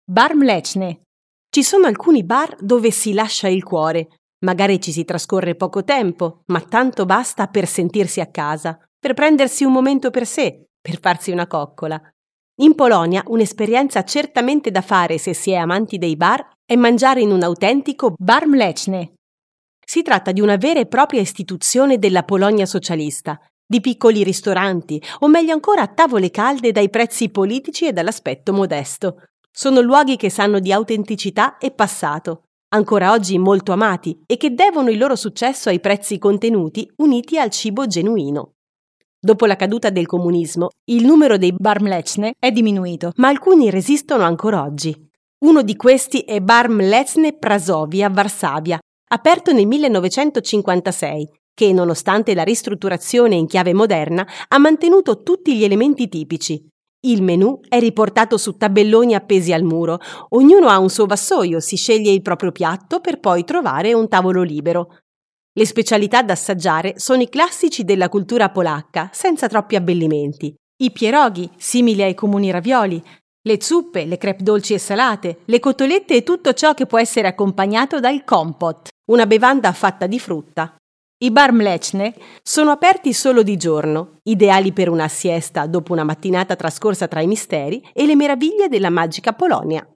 Bar Mleczny. Ci sono alcuni bar dove si lascia il cuore. Magari ci si trascorre poco tempo, ma tanto basta per sentirsi a casa, per prendersi un momento per sé, per farsi una coccola. In Polonia un'esperienza certamente da fare se si è amanti dei bar è mangiare in un autentico Bar Mleczny. Si tratta di una vera e propria istituzione della Polonia socialista, di piccoli ristoranti, o meglio ancora tavole calde dai prezzi politici e dall'aspetto modesto. Sono luoghi che sanno di autenticità e passato, ancora oggi molto amati e che devono il loro successo ai prezzi contenuti uniti al cibo genuino. Dopo la caduta del comunismo, il numero dei Bar Mleczny è diminuito, ma alcuni resistono ancora oggi. Uno di questi è Bar Mleczny Prasowie a Varsavia, aperto nel 1956, che, nonostante la ristrutturazione in chiave moderna, ha mantenuto tutti gli elementi tipici. Il menù è riportato su tabelloni appesi al muro, ognuno ha un suo vassoio, si sceglie il proprio piatto per poi trovare un tavolo libero. Le specialità da assaggiare sono i classici della cultura polacca, senza troppi abbellimenti. I pierogi, simili ai comuni ravioli, le zuppe, le crêpe dolci e salate, le cotolette e tutto ciò che può essere accompagnato dal kompot, una bevanda fatta di frutta. I Bar Mleczny sono aperti solo di giorno, ideali per una siesta dopo una mattinata trascorsa tra i misteri e le meraviglie della magica Polonia.